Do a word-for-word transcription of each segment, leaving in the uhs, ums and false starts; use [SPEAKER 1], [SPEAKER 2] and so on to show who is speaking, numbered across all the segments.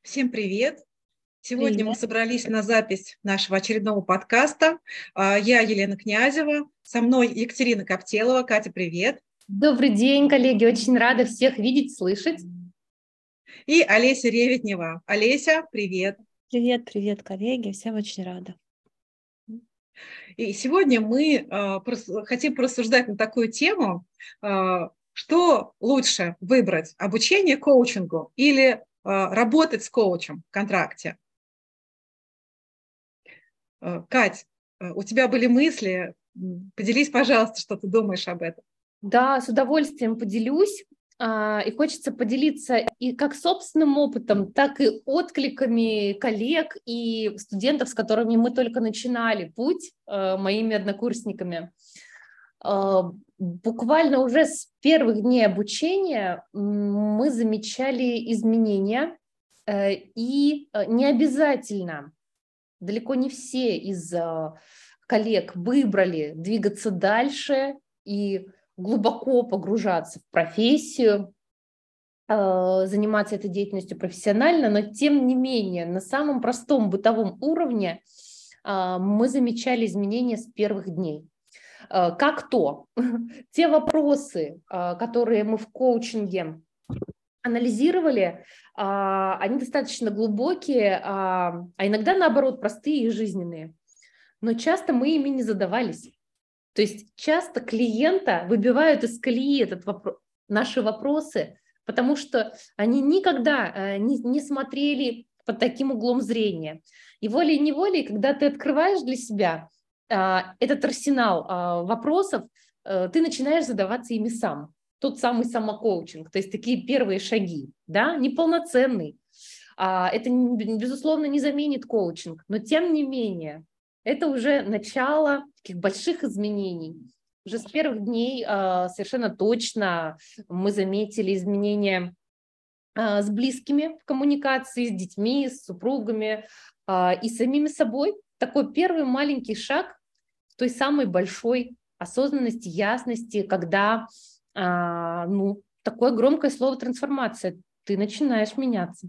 [SPEAKER 1] Всем привет! Сегодня мы
[SPEAKER 2] Привет.
[SPEAKER 1] собрались на запись нашего очередного подкаста. А, Я Елена Князева, со мной Екатерина Коптелова. Катя, привет!
[SPEAKER 2] Добрый день, коллеги. Очень рада всех видеть, слышать.
[SPEAKER 1] И Олеся Реветнева. Олеся, привет!
[SPEAKER 3] Привет, привет, коллеги. Всем очень рада.
[SPEAKER 1] И сегодня мы а, прос- хотим порассуждать на такую тему, а, что лучше выбрать: обучение коучингу или а, работать с коучем в контракте. А, Кать, а, у тебя были мысли? М, Поделись, пожалуйста, что ты думаешь об этом.
[SPEAKER 2] Да, с удовольствием поделюсь. А, И хочется поделиться и как собственным опытом, так и откликами коллег и студентов, с которыми мы только начинали путь, э, моими однокурсниками. А, Буквально уже с первых дней обучения м, мы замечали изменения, э, и э, не обязательно, далеко не все из а, коллег выбрали двигаться дальше и глубоко погружаться в профессию, а, заниматься этой деятельностью профессионально, но тем не менее на самом простом бытовом уровне а, мы замечали изменения с первых дней. А, Как то, те вопросы, а, которые мы в коучинге анализировали, а, они достаточно глубокие, а а иногда, наоборот, простые и жизненные. Но часто мы ими не задавались. То есть часто клиента выбивают из колеи этот вопро- наши вопросы, потому что они никогда э, не, не смотрели под таким углом зрения. И волей-неволей, когда ты открываешь для себя а, этот арсенал а, вопросов, э, ты начинаешь задаваться ими сам. Тот самый самокоучинг, то есть такие первые шаги, да, неполноценный. А, это, н- безусловно, не заменит коучинг, но тем не менее, это уже начало таких больших изменений. Уже с первых дней а, совершенно точно мы заметили изменения а, с близкими в коммуникации, с детьми, с супругами а, и самими собой. Такой первый маленький шаг той самой большой осознанности, ясности, когда, а, ну, такое громкое слово трансформация, ты начинаешь меняться.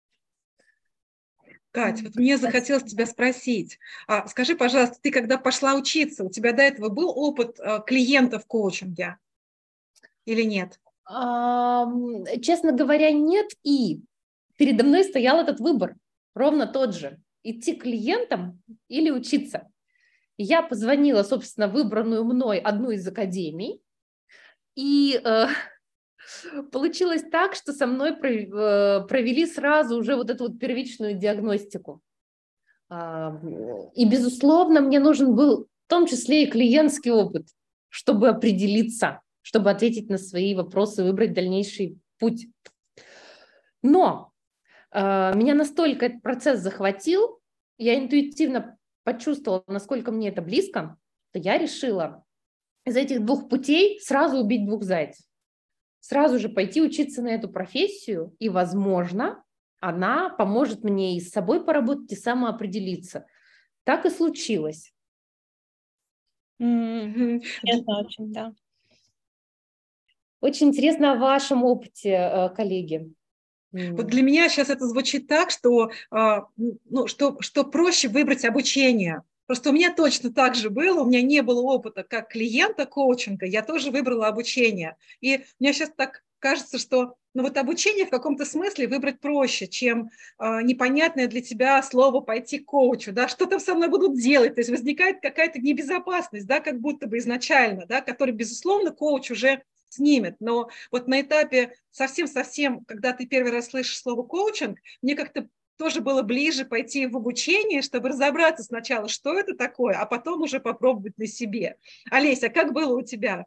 [SPEAKER 1] Кать, вот мне захотелось тебя спросить. А, скажи, пожалуйста, ты когда пошла учиться, у тебя до этого был опыт а, клиента в коучинге или нет?
[SPEAKER 2] Ам, Честно говоря, нет. И передо мной стоял этот выбор, ровно тот же. Идти к клиентам или учиться. Я позвонила, собственно, выбранную мной одну из академий, и э, получилось так, что со мной пров- э, провели сразу уже вот эту вот первичную диагностику. А, И, безусловно, мне нужен был в том числе и клиентский опыт, чтобы определиться, чтобы ответить на свои вопросы, выбрать дальнейший путь. Но э, меня настолько этот процесс захватил, я интуитивно почувствовала, насколько мне это близко, что я решила из этих двух путей сразу убить двух зайцев. Сразу же пойти учиться на эту профессию, и, возможно, она поможет мне и с собой поработать, и самоопределиться. Так и случилось.
[SPEAKER 3] М,
[SPEAKER 1] Мгм. Д-
[SPEAKER 3] Интересно очень, да.
[SPEAKER 2] Очень интересно о вашем опыте, э, коллеги.
[SPEAKER 1] Вот
[SPEAKER 2] М.
[SPEAKER 1] для меня сейчас это звучит так, что, а, м, ну, что, что проще выбрать обучение. Просто у меня точно так же было, у меня не было опыта как клиента коучинга, я тоже выбрала обучение. И мне сейчас так кажется, что ну, вот обучение в каком-то смысле выбрать проще, чем а, непонятное для тебя слово «пойти к коучу». Да? Что там со мной будут делать? То есть возникает какая-то небезопасность, да, как будто бы изначально, да, которую, безусловно, коуч уже снимет. Но вот на этапе совсем-совсем, когда ты первый раз слышишь слово коучинг, мне как-то тоже было ближе пойти в обучение, чтобы разобраться сначала, что это такое, а потом уже попробовать на себе. Олеся, как было у тебя?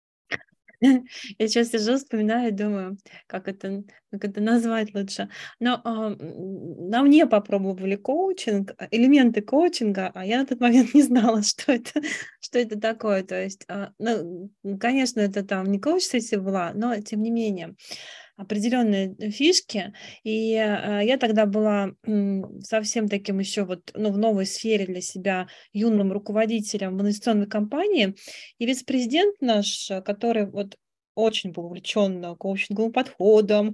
[SPEAKER 3] Я сейчас сижу, вспоминаю и думаю, как это, как это назвать лучше. Но а, м, на мне попробовали коучинг, а, элементы коучинга, а я на тот момент не знала, что это, что это такое. То есть, а, ну, м, конечно, это там не коуч-сессия была, но тем не менее определенные фишки. И а, я тогда была м, совсем таким еще вот, ну, в новой сфере для себя юным руководителем в инвестиционной компании. И вице-президент наш, э, который вот очень был увлечен коучинговым подходом,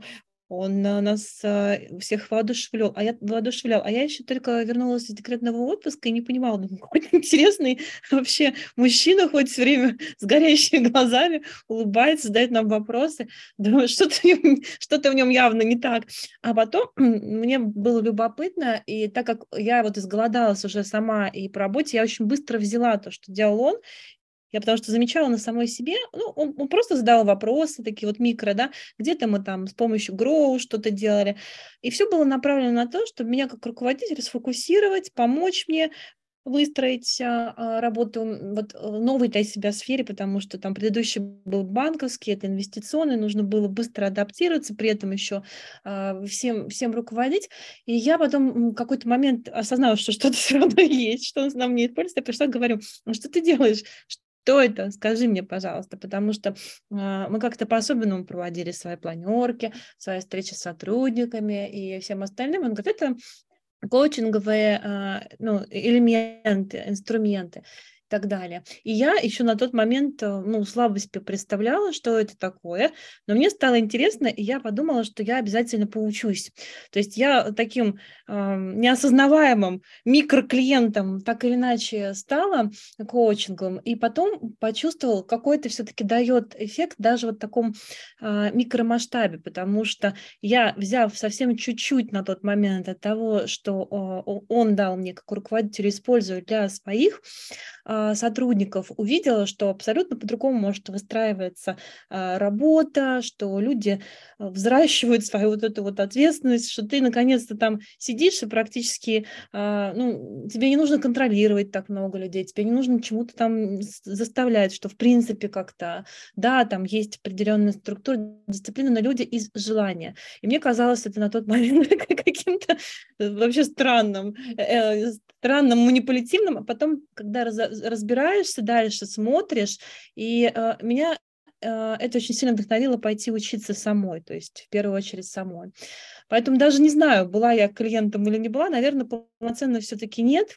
[SPEAKER 3] он а, нас а, всех воодушевлял, а я воодушевлял, а я еще только вернулась из декретного отпуска и не понимала, ну, какой интересный вообще мужчина, хоть все время с горящими глазами, улыбается, задает нам вопросы. Думаю, что-то, что-то в нем явно не так. А потом мне было любопытно, и так как я вот изголодалась уже сама и по работе, я очень быстро взяла то, что делал он. Я потому что замечала на самой себе, ну, он, он просто задал вопросы, такие вот микро, да, где-то мы там с помощью Grow что-то делали, и все было направлено на то, чтобы меня как руководителя сфокусировать, помочь мне выстроить а, а, работу м, вот э, новой для себя сфере, потому что там предыдущий был банковский, это инвестиционный, нужно было быстро адаптироваться, при этом еще а, всем, всем руководить. И я потом м, в какой-то момент осознала, что что-то все равно есть, что он нам не использует. Я пришла, говорю: ну что ты делаешь? Что это? Скажи мне, пожалуйста, потому что а, мы как-то по-особенному проводили свои планерки, свои встречи с сотрудниками и всем остальным. Он говорит, это коучинговые а, ну, элементы, инструменты и так далее. И я еще на тот момент, э, ну, слабо себе представляла, что это такое, но мне стало интересно, и я подумала, что я обязательно поучусь. То есть я таким а, неосознаваемым микроклиентом так или иначе стала коучингом, и потом почувствовала, какой это все-таки дает эффект даже вот в таком а, микромасштабе, потому что я, взяв совсем чуть-чуть на тот момент от того, что о, он дал мне как руководителю использовать для своих а, сотрудников, увидела, что абсолютно по-другому может выстраиваться а, работа, что люди а, взращивают свою вот эту вот ответственность, что ты наконец-то там сидишь и практически, а, ну, тебе не нужно контролировать так много людей, тебе не нужно чему-то там с- заставлять, что в принципе как-то, да, там есть определенная структура, дисциплина, но люди из желания. И мне казалось это на тот момент каким-то э, вообще странным, э, странным, манипулятивным. А потом, когда раза- разбираешься дальше, смотришь, и э, меня э, это очень сильно вдохновило пойти учиться самой, то есть в первую очередь самой. Поэтому даже не знаю, была я клиентом или не была, наверное, полноценно все-таки нет.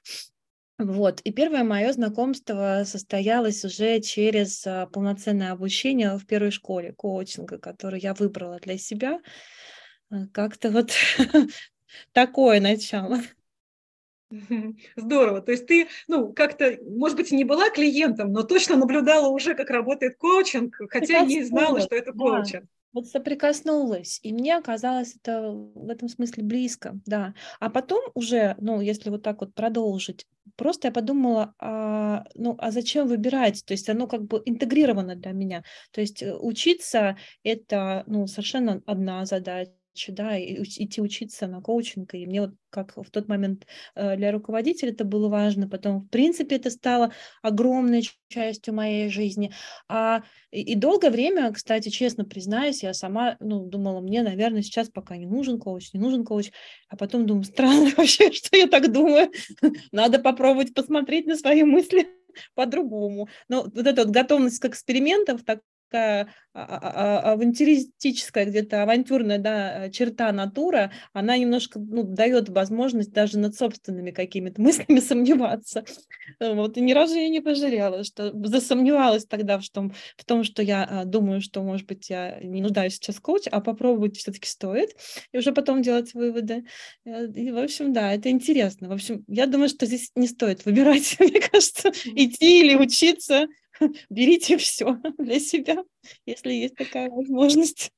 [SPEAKER 3] Вот. И первое мое знакомство состоялось уже через а, полноценное обучение в первой школе коучинга, которую я выбрала для себя. А, Как-то вот такое начало.
[SPEAKER 1] Мгм. Здорово. То есть ты, ну, как-то, может быть, и не была клиентом, но точно наблюдала уже, как работает коучинг, хотя и не знала,
[SPEAKER 3] Прикоснулась,
[SPEAKER 1] что это
[SPEAKER 3] да.
[SPEAKER 1] коучинг.
[SPEAKER 3] Вот соприкоснулась, и мне оказалось это в этом смысле близко, да. А потом уже, ну, если вот так вот продолжить, просто я подумала, а, ну, а зачем выбирать? То есть оно как бы интегрировано для меня. То есть э, учиться– это, ну, совершенно одна задача, да, и уч- идти учиться на коучинг, и мне вот как в тот момент э, для руководителя это было важно, потом, в принципе, это стало огромной частью моей жизни. А и, и долгое время, кстати, честно признаюсь, я сама, ну, думала, мне, наверное, сейчас пока не нужен коуч, не нужен коуч, а потом думаю, странно вообще, что я так думаю, надо попробовать посмотреть на свои мысли по-другому. Но вот эта вот готовность к экспериментам, такая а- а- а- авантюристическая, где-то авантюрная, да, черта натура, она немножко, ну, дает возможность даже над собственными какими-то мыслями сомневаться. Вот, и ни разу я не пожалела, что засомневалась тогда в том, в том, что я а, думаю, что, может быть, я не нуждаюсь сейчас в коуче, а попробовать все-таки стоит, и уже потом делать выводы. Э, И, в общем, да, это интересно. В общем, я думаю, что здесь не стоит выбирать, мне кажется, идти или учиться. Берите все для себя, если есть такая возможность.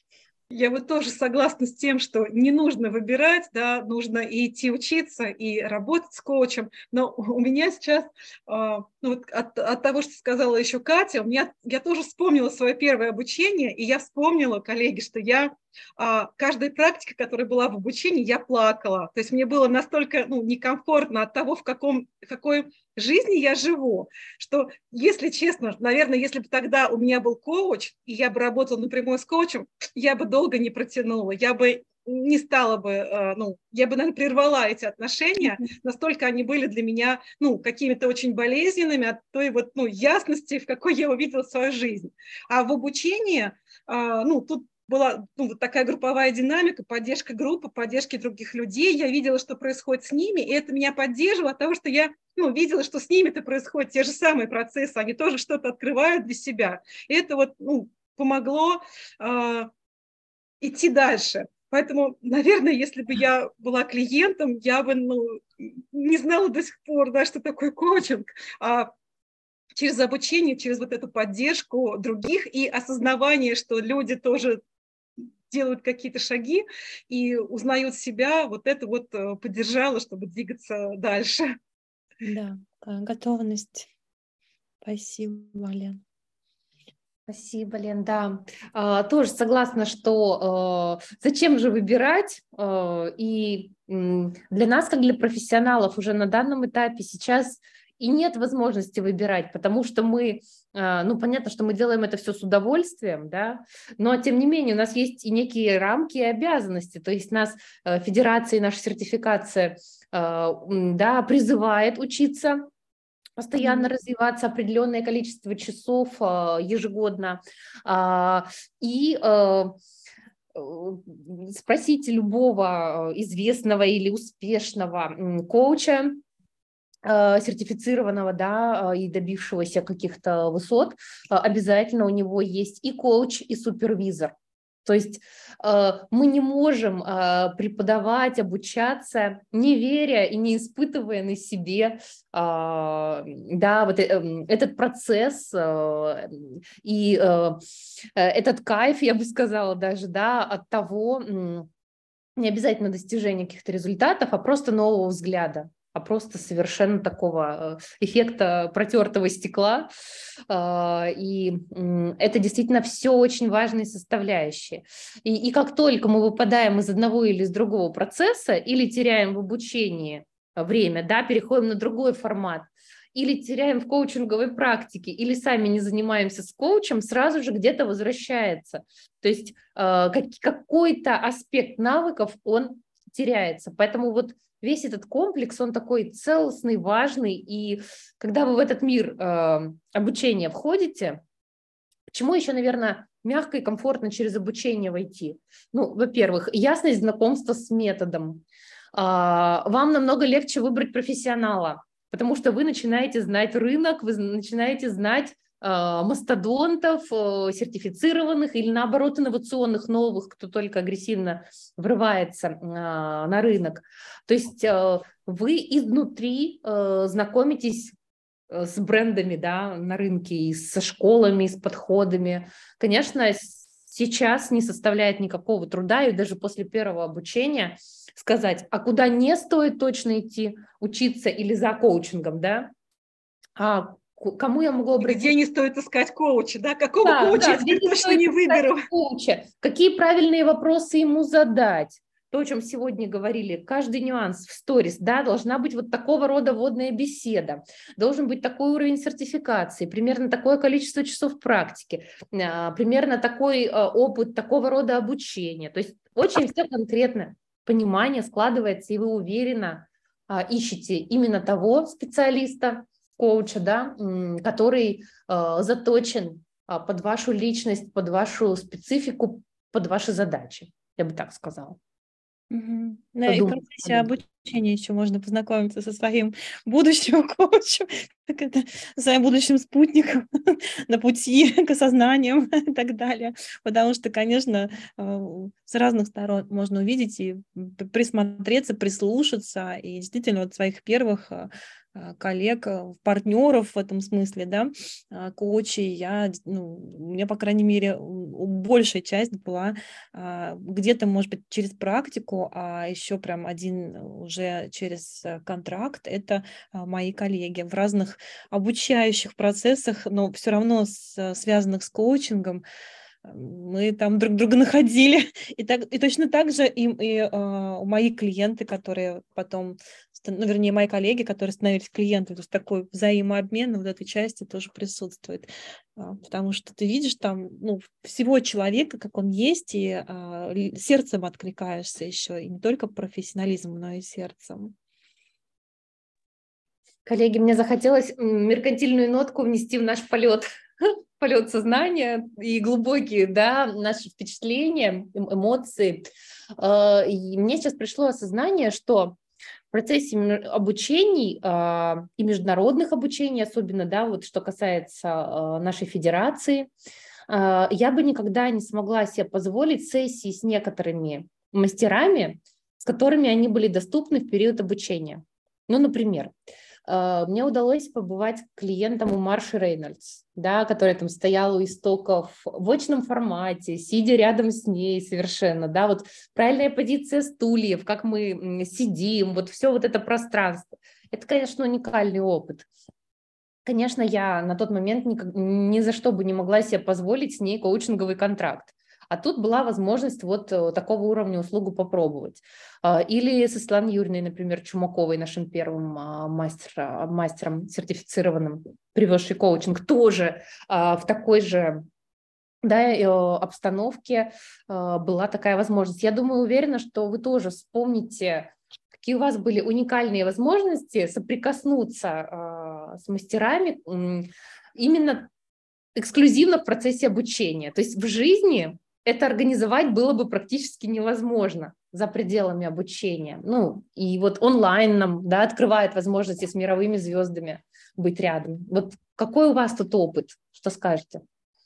[SPEAKER 1] Я вот тоже согласна с тем, что не нужно выбирать, да, нужно и идти учиться, и работать с коучем. Но у меня сейчас, а, ну вот от, от того, что сказала еще Катя, у меня, я тоже вспомнила свое первое обучение, и я вспомнила, коллеги, что я а, каждой практике, которая была в обучении, я плакала. То есть мне было настолько, ну, некомфортно от того, в каком, в какой жизни я живу, что, если честно, наверное, если бы тогда у меня был коуч, и я бы работала напрямую с коучем, я бы долго не протянула, я бы не стала бы, э, ну, я бы, наверное, прервала эти отношения, настолько они были для меня, ну, какими-то очень болезненными от той вот, ну, ясности, в какой я увидела свою жизнь. А в обучении, а, ну, тут была, ну, вот такая групповая динамика, поддержка группы, поддержки других людей. Я видела, что происходит с ними, и это меня поддерживало от того, что я, ну, видела, что с ними-то происходят те же самые процессы, они тоже что-то открывают для себя. И это вот, ну, помогло, э, идти дальше. Поэтому, наверное, если бы я была клиентом, я бы ну, не знала до сих пор, да, что такое коучинг. А через обучение, через вот эту поддержку других и осознавание, что люди тоже делают какие-то шаги и узнают себя, вот это вот поддержало, чтобы двигаться дальше.
[SPEAKER 3] Да, готовность. Спасибо, Лен.
[SPEAKER 2] Спасибо, Лен, да. А, тоже согласна, что э, зачем же выбирать, э, и э, для нас, как для профессионалов, уже на данном этапе сейчас и нет возможности выбирать, потому что мы, э, ну, понятно, что мы делаем это все с удовольствием, да, но, тем не менее, у нас есть и некие рамки и обязанности, то есть нас э, федерация и наша сертификация, э, да, призывает учиться, постоянно mm-hmm. развиваться, определенное количество часов э, ежегодно. Э, и э, спросите любого известного или успешного коуча, э, сертифицированного, да, и добившегося каких-то высот, э, обязательно у него есть и коуч, и супервизор. То есть э, мы не можем э, преподавать, обучаться, не веря и не испытывая на себе э, да, вот, э, этот процесс э, и э, этот кайф, я бы сказала даже, да, от того, э, не обязательно достижения каких-то результатов, а просто нового взгляда, а просто совершенно такого эффекта протертого стекла. И это действительно все очень важные составляющие. И, и как только мы выпадаем из одного или из другого процесса, или теряем в обучении время, да, переходим на другой формат, или теряем в коучинговой практике, или сами не занимаемся с коучем, сразу же где-то возвращается. То есть э, какой-то аспект навыков, он теряется. Поэтому вот весь этот комплекс, он такой целостный, важный. И когда вы в этот мир э, обучения входите, почему еще, наверное, мягко и комфортно через обучение войти? Ну, во-первых, ясность знакомства с методом. Э, вам намного легче выбрать профессионала, потому что вы начинаете знать рынок, вы начинаете знать э, мастодонтов, э, сертифицированных или, наоборот, инновационных, новых, кто только агрессивно врывается э, на рынок. То есть э, вы изнутри э, знакомитесь с брендами, да, на рынке, и со школами, и с подходами. Конечно, сейчас не составляет никакого труда, и даже после первого обучения сказать, а куда не стоит точно идти учиться или за коучингом, да, а кому я могу обратиться?
[SPEAKER 1] Где не стоит искать коуча, да, какого
[SPEAKER 2] да,
[SPEAKER 1] коуча
[SPEAKER 2] да,
[SPEAKER 1] я теперь точно не выберу.
[SPEAKER 2] Коуча. Какие правильные вопросы ему задать? То, о чем сегодня говорили, каждый нюанс в сторис, да, должна быть вот такого рода вводная беседа, должен быть такой уровень сертификации, примерно такое количество часов практики, примерно такой опыт такого рода обучения. То есть очень все конкретно, понимание складывается, и вы уверенно ищете именно того специалиста, коуча, да, который заточен под вашу личность, под вашу специфику, под ваши задачи, я бы так сказала.
[SPEAKER 3] Угу. Да, и в процессе обучения еще можно познакомиться со своим будущим коучем, как это, своим будущим спутником на пути к осознанию и так далее. Потому что, конечно, с разных сторон можно увидеть и присмотреться, прислушаться, и действительно вот своих первых коллег, партнеров в этом смысле, да, коучей, я, ну, у меня, по крайней мере, большая часть была где-то, может быть, через практику, а еще прям один уже через контракт, это мои коллеги в разных обучающих процессах, но все равно с, связанных с коучингом. Мы там друг друга находили. И, так, и точно так же и, и э, мои клиенты, которые потом, ну, вернее, мои коллеги, которые становились клиентами, то есть такой взаимообмен в этой части тоже присутствует. Потому что ты видишь там, ну, всего человека, как он есть, и э, сердцем откликаешься еще, и не только профессионализмом, но и сердцем.
[SPEAKER 2] Коллеги, мне захотелось меркантильную нотку внести в наш полет. полет сознания и глубокие, да, наши впечатления, эмоции. И мне сейчас пришло осознание, что в процессе обучений и международных обучений, особенно, да, вот что касается нашей федерации, Я бы никогда не смогла себе позволить сессии с некоторыми мастерами, с которыми они были доступны в период обучения. Ну, например, мне удалось побывать клиентом у Марши Рейнольдс, да, которая там стояла у истоков в очном формате, сидя рядом с ней совершенно, да, вот правильная позиция стульев, как мы сидим, вот все вот это пространство. Это, конечно, уникальный опыт. Конечно, я на тот момент ни, ни за что бы не могла себе позволить с ней коучинговый контракт. А тут была возможность вот такого уровня услугу попробовать. Или с Светланой Юрьевной, например, Чумаковой, нашим первым мастером, мастером сертифицированным, привезшей коучинг, тоже в такой же, да, обстановке была такая возможность. Я думаю, уверена, что вы тоже вспомните, какие у вас были уникальные возможности соприкоснуться с мастерами именно эксклюзивно в процессе обучения. То есть в жизни это организовать было бы практически невозможно за пределами обучения. Ну, и вот онлайн нам, да, открывает возможности с мировыми звездами быть рядом. Вот какой у вас тут опыт? Что скажете?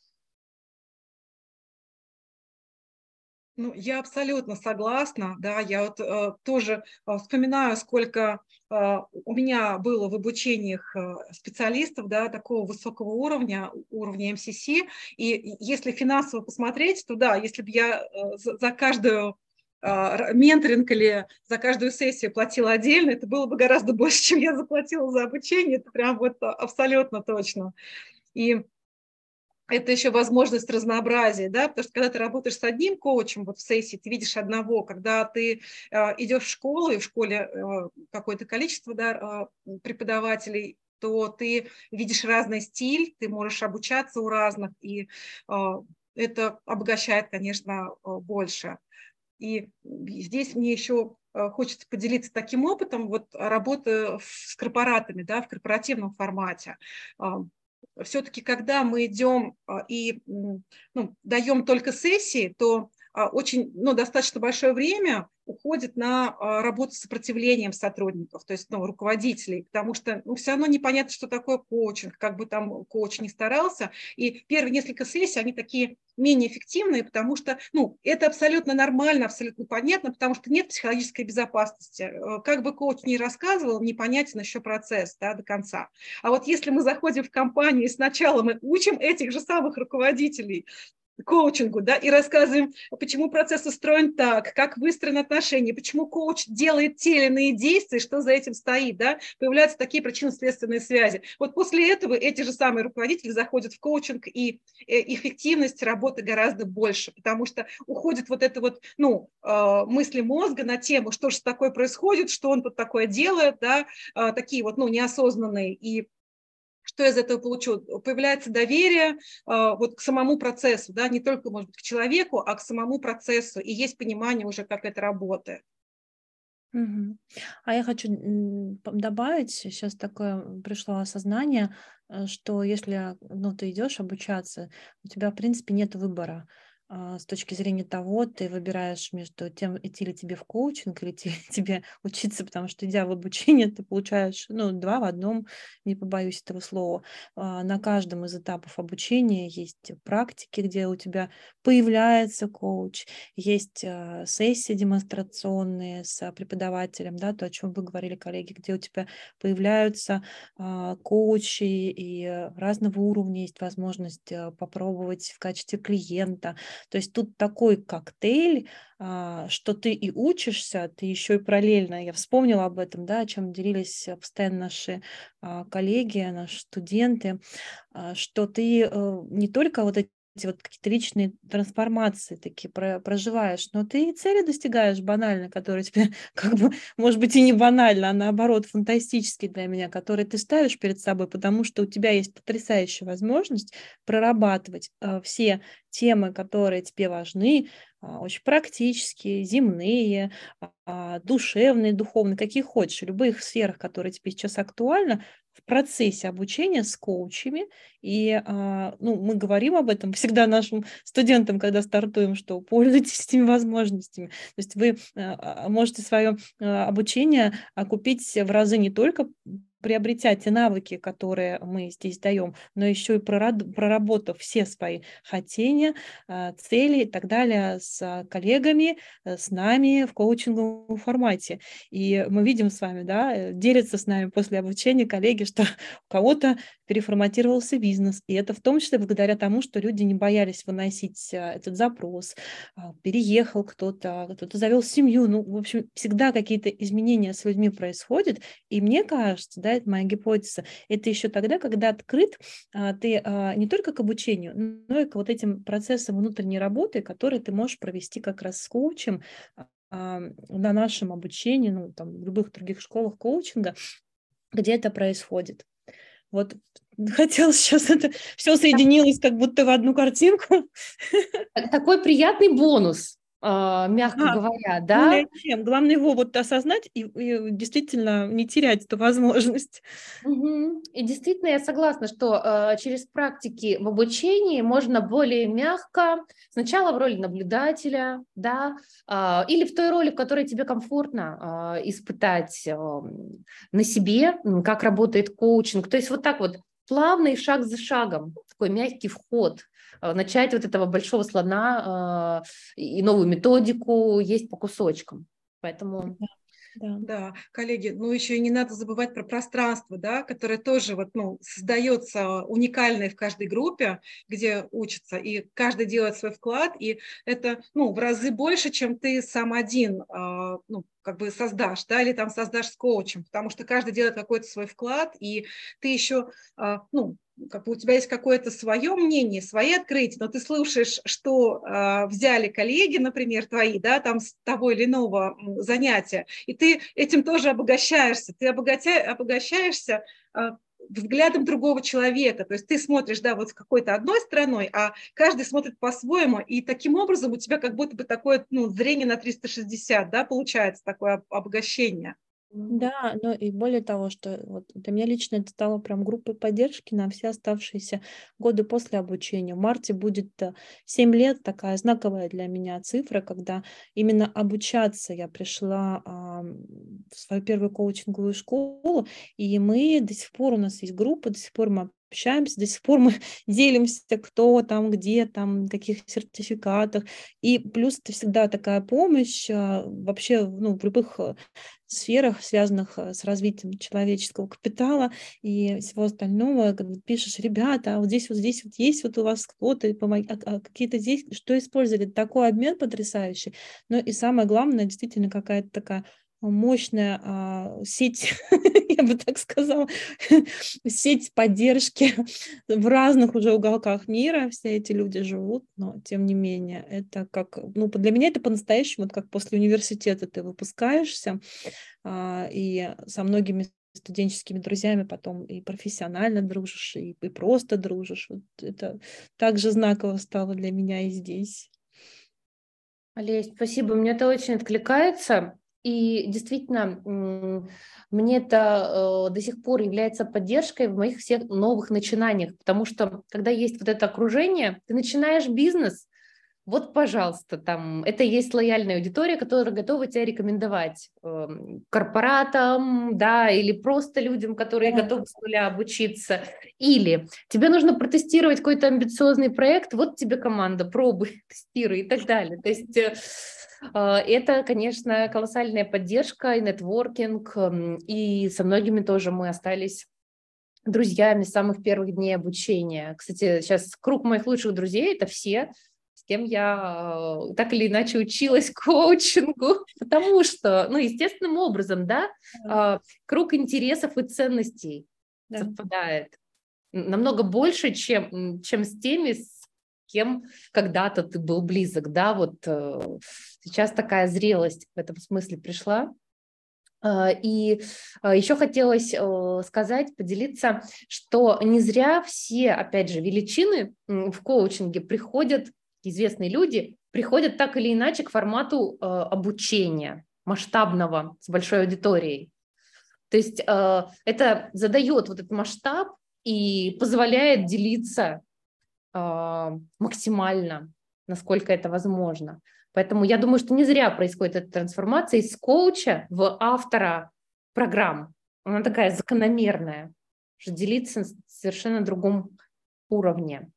[SPEAKER 1] Ну, я абсолютно согласна, да, я вот э, тоже э, вспоминаю, сколько э, у меня было в обучениях э, специалистов, да, такого высокого уровня, уровня эм си си, и если финансово посмотреть, то да, если бы я э, за, за каждую э, менторинг или за каждую сессию платила отдельно, это было бы гораздо больше, чем я заплатила за обучение, это прям вот абсолютно точно. И это еще возможность разнообразия, да, потому что когда ты работаешь с одним коучем вот в сессии, ты видишь одного, когда ты э, идешь в школу, и в школе э, какое-то количество, да, э, преподавателей, то ты видишь разный стиль, ты можешь обучаться у разных, и э, это обогащает, конечно, э, больше. И здесь мне еще хочется поделиться таким опытом вот работы с корпоратами, да, в корпоративном формате. Все-таки, когда мы идем и ну, даем только сессии, то очень, ну, достаточно большое время уходит на работу с сопротивлением сотрудников, то есть ну, руководителей, потому что ну, все равно непонятно, что такое коучинг, как бы там коуч ни старался. И первые несколько сессий, они такие менее эффективные, потому что ну, это абсолютно нормально, абсолютно понятно, потому что нет психологической безопасности. Как бы коуч ни рассказывал, непонятен еще процесс, да, до конца. А вот если мы заходим в компанию, и сначала мы учим этих же самых руководителей коучингу, да, и рассказываем, почему процесс устроен так, как выстроены отношения, почему коуч делает те или иные действия, что за этим стоит, да, появляются такие причинно-следственные связи. Вот после этого эти же самые руководители заходят в коучинг, и эффективность работы гораздо больше, потому что уходит вот это вот, ну, мысли мозга на тему, что же такое происходит, что он тут такое делает, да, такие вот, ну, неосознанные, и что я из этого получу? Появляется доверие э, вот к самому процессу, да, не только, может быть, к человеку, а к самому процессу, и есть понимание уже, как это работает.
[SPEAKER 3] Мгм. А я хочу добавить, сейчас такое пришло осознание, э, что если ну, ты идешь обучаться, у тебя, в принципе, нет выбора. С точки зрения того, ты выбираешь между тем, идти ли тебе в коучинг, или тебе учиться, потому что, идя в обучение, ты получаешь, ну, два в одном, не побоюсь этого слова. На каждом из этапов обучения есть практики, где у тебя появляется коуч, есть сессии демонстрационные с преподавателем, да, то, о чем вы говорили, коллеги, где у тебя появляются коучи, и разного уровня есть возможность попробовать в качестве клиента. То есть тут такой коктейль, что ты и учишься, ты еще и параллельно, я вспомнила об этом, да, о чем делились постоянно наши коллеги, наши студенты, что ты не только вот эти вот какие-то личные трансформации такие проживаешь, но ты и цели достигаешь банально, которые тебе, как бы, может быть, и не банально, а наоборот, фантастические для меня, которые ты ставишь перед собой, потому что у тебя есть потрясающая возможность прорабатывать э, все темы, которые тебе важны, э, очень практические, земные, э, душевные, духовные, какие хочешь, в любых сферах, которые тебе сейчас актуальны, в процессе обучения с коучами. И ну, мы говорим об этом всегда нашим студентам, когда стартуем, что пользуйтесь этими возможностями. То есть вы можете свое обучение окупить в разы не только приобретя те навыки, которые мы здесь даем, но еще и проработав все свои хотения, цели и так далее с коллегами, с нами в коучинговом формате. И мы видим с вами, да, делятся с нами после обучения коллеги, что у кого-то переформатировался бизнес. И это в том числе благодаря тому, что люди не боялись выносить этот запрос, переехал кто-то, кто-то завел семью. Ну, в общем, всегда какие-то изменения с людьми происходят. И мне кажется, да, это моя гипотеза, это еще тогда, когда открыт а, ты а, не только к обучению, но и к вот этим процессам внутренней работы, которые ты можешь провести как раз с коучем а, на нашем обучении, ну, там, в любых других школах коучинга, где это происходит. Вот хотелось сейчас это все соединилось как будто в одну картинку.
[SPEAKER 2] Такой приятный бонус, мягко
[SPEAKER 3] А,
[SPEAKER 2] говоря, да?
[SPEAKER 3] Более чем. Главное его вот осознать и, и действительно не терять эту возможность.
[SPEAKER 2] Угу. И действительно, я согласна, что э, через практики в обучении можно более мягко, сначала в роли наблюдателя, да, э, или в той роли, в которой тебе комфортно э, испытать э, на себе, как работает коучинг. То есть вот так вот плавно и шаг за шагом, такой мягкий вход, э, начать вот этого большого слона э, и новую методику есть по кусочкам. Поэтому...
[SPEAKER 1] Да. Да, коллеги, ну еще и не надо забывать про пространство, да, которое тоже вот, ну, создается уникальное в каждой группе, где учатся, и каждый делает свой вклад, и это, ну, в разы больше, чем ты сам один, э, ну, как бы создашь, да, или там создашь с коучем, потому что каждый делает какой-то свой вклад, и ты еще, э, ну, как бы у тебя есть какое-то свое мнение, свои открытия, но ты слушаешь, что э, взяли коллеги, например, твои, да, там с того или иного занятия, и ты этим тоже обогащаешься, ты обогатя, обогащаешься э, взглядом другого человека, то есть ты смотришь, да, вот с какой-то одной стороной, а каждый смотрит по-своему, и таким образом у тебя как будто бы такое, ну, зрение на триста шестьдесят, да, получается такое обогащение.
[SPEAKER 3] Да, но и более того, что вот для меня лично это стало прям группой поддержки на все оставшиеся годы после обучения. В марте будет семь лет, такая знаковая для меня цифра, когда именно обучаться я пришла а, в свою первую коучинговую школу, и мы до сих пор, у нас есть группа, до сих пор мы общаемся, до сих пор мы делимся, кто там, где там, каких сертификатах. И плюс это всегда такая помощь а, вообще, ну, в любых сферах, связанных с развитием человеческого капитала и всего остального, когда пишешь, ребята, а вот здесь вот здесь вот есть вот у вас кто-то, помог... а, а какие-то здесь, что использовали, такой обмен потрясающий. Но и самое главное, действительно какая-то такая мощная а, сеть, я бы так сказала, сеть поддержки в разных уже уголках мира. Все эти люди живут, но тем не менее, это как, ну, для меня это по-настоящему, вот как после университета ты выпускаешься, а, и со многими студенческими друзьями потом и профессионально дружишь, и, и просто дружишь. Вот это также знаково стало для меня и здесь.
[SPEAKER 2] Олесь, спасибо, мне это очень откликается. И действительно, мне это э, до сих пор является поддержкой в моих всех новых начинаниях, потому что когда есть вот это окружение, ты начинаешь бизнес, вот, пожалуйста, там, это и есть лояльная аудитория, которая готова тебя рекомендовать э, корпоратам, да, или просто людям, которые
[SPEAKER 3] Да.
[SPEAKER 2] готовы с нуля обучиться. Или тебе нужно протестировать какой-то амбициозный проект, вот тебе команда, пробуй, тестируй и так далее. То есть э, это, конечно, колоссальная поддержка и нетворкинг, э, и со многими тоже мы остались друзьями с самых первых дней обучения. Кстати, сейчас круг моих лучших друзей – это все, с кем я э, так или иначе училась коучингу, потому что, ну, естественным образом, да, э, круг интересов и ценностей
[SPEAKER 3] Да.
[SPEAKER 2] совпадает намного больше, чем, чем с теми, с кем когда-то ты был близок, да, вот э, сейчас такая зрелость в этом смысле пришла. И еще хотелось сказать, поделиться, что не зря все, опять же, величины в коучинге приходят, известные люди, приходят так или иначе к формату обучения масштабного с большой аудиторией. То есть это задает вот этот масштаб и позволяет делиться максимально, насколько это возможно. Поэтому я думаю, что не зря происходит эта трансформация из коуча в автора программ. Она такая закономерная, что делиться на совершенно другом уровне.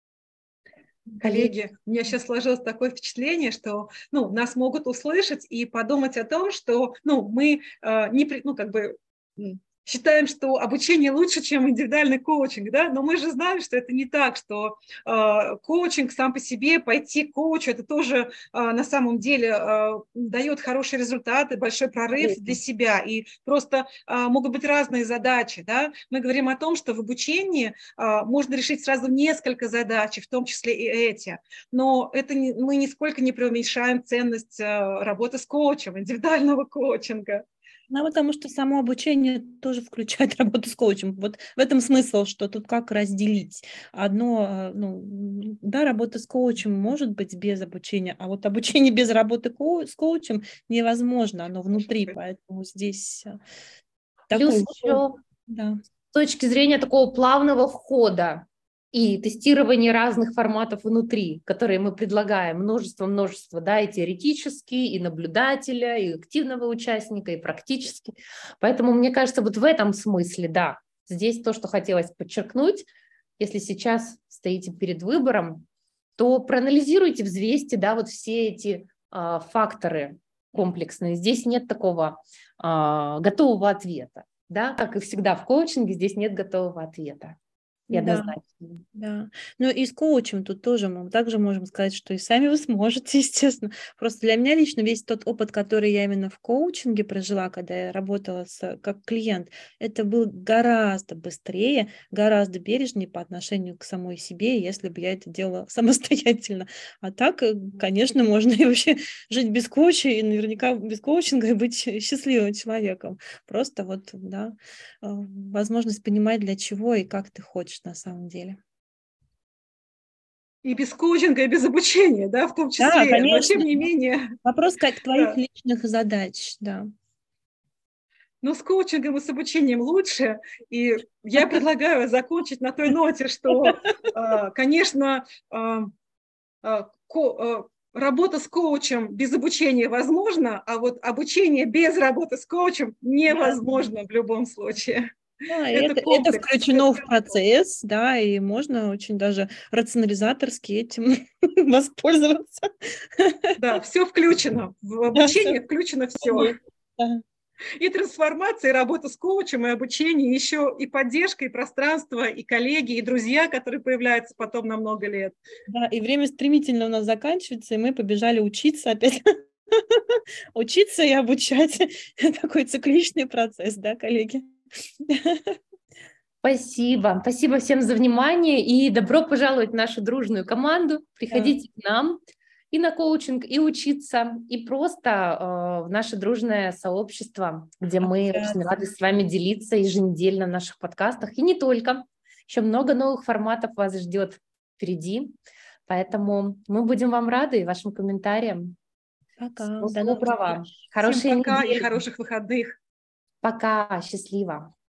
[SPEAKER 1] Коллеги, у меня сейчас сложилось такое впечатление, что ну, нас могут услышать и подумать о том, что ну, мы э, не, при- ну, как бы, м, считаем, что обучение лучше, чем индивидуальный коучинг, да? Но мы же знаем, что это не так, что э, коучинг сам по себе, пойти к коучу, это тоже э, на самом деле э, дает хорошие результаты, большой прорыв для себя. И просто э, могут быть разные задачи, да? Мы говорим о том, что в обучении э, можно решить сразу несколько задач, в том числе и эти. Но это не, мы нисколько не преуменьшаем ценность э, работы с коучем, индивидуального коучинга.
[SPEAKER 3] Ну, потому что само обучение тоже включает работу с коучем. Вот в этом смысл, что тут как разделить. Одно, ну, да, работа с коучем может быть без обучения, а вот обучение без работы ко- с коучем невозможно, оно внутри, поэтому здесь
[SPEAKER 2] Плюс
[SPEAKER 3] такой...
[SPEAKER 2] еще
[SPEAKER 3] Да.
[SPEAKER 2] с точки зрения такого плавного входа и тестирования разных форматов внутри, которые мы предлагаем, множество-множество, да, и теоретически, и наблюдателя, и активного участника, и практически. Поэтому, мне кажется, вот в этом смысле, да, здесь то, что хотелось подчеркнуть, если сейчас стоите перед выбором, то проанализируйте, взвесьте, да, вот все эти а, факторы комплексные. Здесь нет такого а, готового ответа, да, как и всегда в коучинге, здесь нет готового ответа. И
[SPEAKER 3] Да,
[SPEAKER 2] однозначно.
[SPEAKER 3] да. Ну и с коучем тут тоже мы также можем сказать, что и сами вы сможете, естественно. Просто для меня лично весь тот опыт, который я именно в коучинге прожила, когда я работала с, как клиент, это был гораздо быстрее, гораздо бережнее по отношению к самой себе, если бы я это делала самостоятельно. А так, э, конечно, можно и вообще жить без коуча, и наверняка без коучинга и быть счастливым человеком. Просто вот, да, э, возможность понимать, для чего и как ты хочешь на самом деле.
[SPEAKER 1] И без коучинга, и без обучения, да, в том
[SPEAKER 3] Да,
[SPEAKER 1] числе. Но тем
[SPEAKER 3] конечно.
[SPEAKER 1] не менее,
[SPEAKER 3] Вопрос как твоих
[SPEAKER 1] да.
[SPEAKER 3] личных задач, да.
[SPEAKER 1] Но с коучингом и с обучением лучше. И я предлагаю закончить на той ноте, что, э, конечно, э, э, ко- э, работа с коучем без обучения возможна, а вот обучение без работы с коучем
[SPEAKER 3] Да,
[SPEAKER 1] невозможно в любом случае.
[SPEAKER 3] да, и
[SPEAKER 1] Это
[SPEAKER 3] это, это
[SPEAKER 1] комплекс.
[SPEAKER 3] включено в процесс, да, и можно очень даже рационализаторски этим воспользоваться.
[SPEAKER 1] Да, все включено. В
[SPEAKER 3] Да, всё
[SPEAKER 1] обучение включено все.
[SPEAKER 3] есть, да.
[SPEAKER 1] И трансформация, и работа с коучем, и обучение, еще и поддержка, и пространство, и коллеги, и друзья, которые появляются потом на много лет.
[SPEAKER 3] Да, и время стремительно у нас заканчивается, и мы побежали учиться опять. Учиться и обучать. Такой цикличный процесс, да, коллеги?
[SPEAKER 2] Спасибо. Спасибо всем за внимание и добро пожаловать в нашу дружную команду. Приходите к нам и на коучинг, и учиться, и просто э, в наше дружное сообщество, где мы очень рады с вами делиться еженедельно в наших подкастах. И не только. Еще много новых форматов вас ждет впереди. Поэтому мы будем вам рады и вашим комментариям.
[SPEAKER 3] Пока.
[SPEAKER 2] Всего
[SPEAKER 3] До новых
[SPEAKER 2] доброго.
[SPEAKER 3] встреч.
[SPEAKER 2] Хорошей
[SPEAKER 1] Всем пока
[SPEAKER 2] недели.
[SPEAKER 1] и хороших выходных.
[SPEAKER 2] Пока. Счастливо.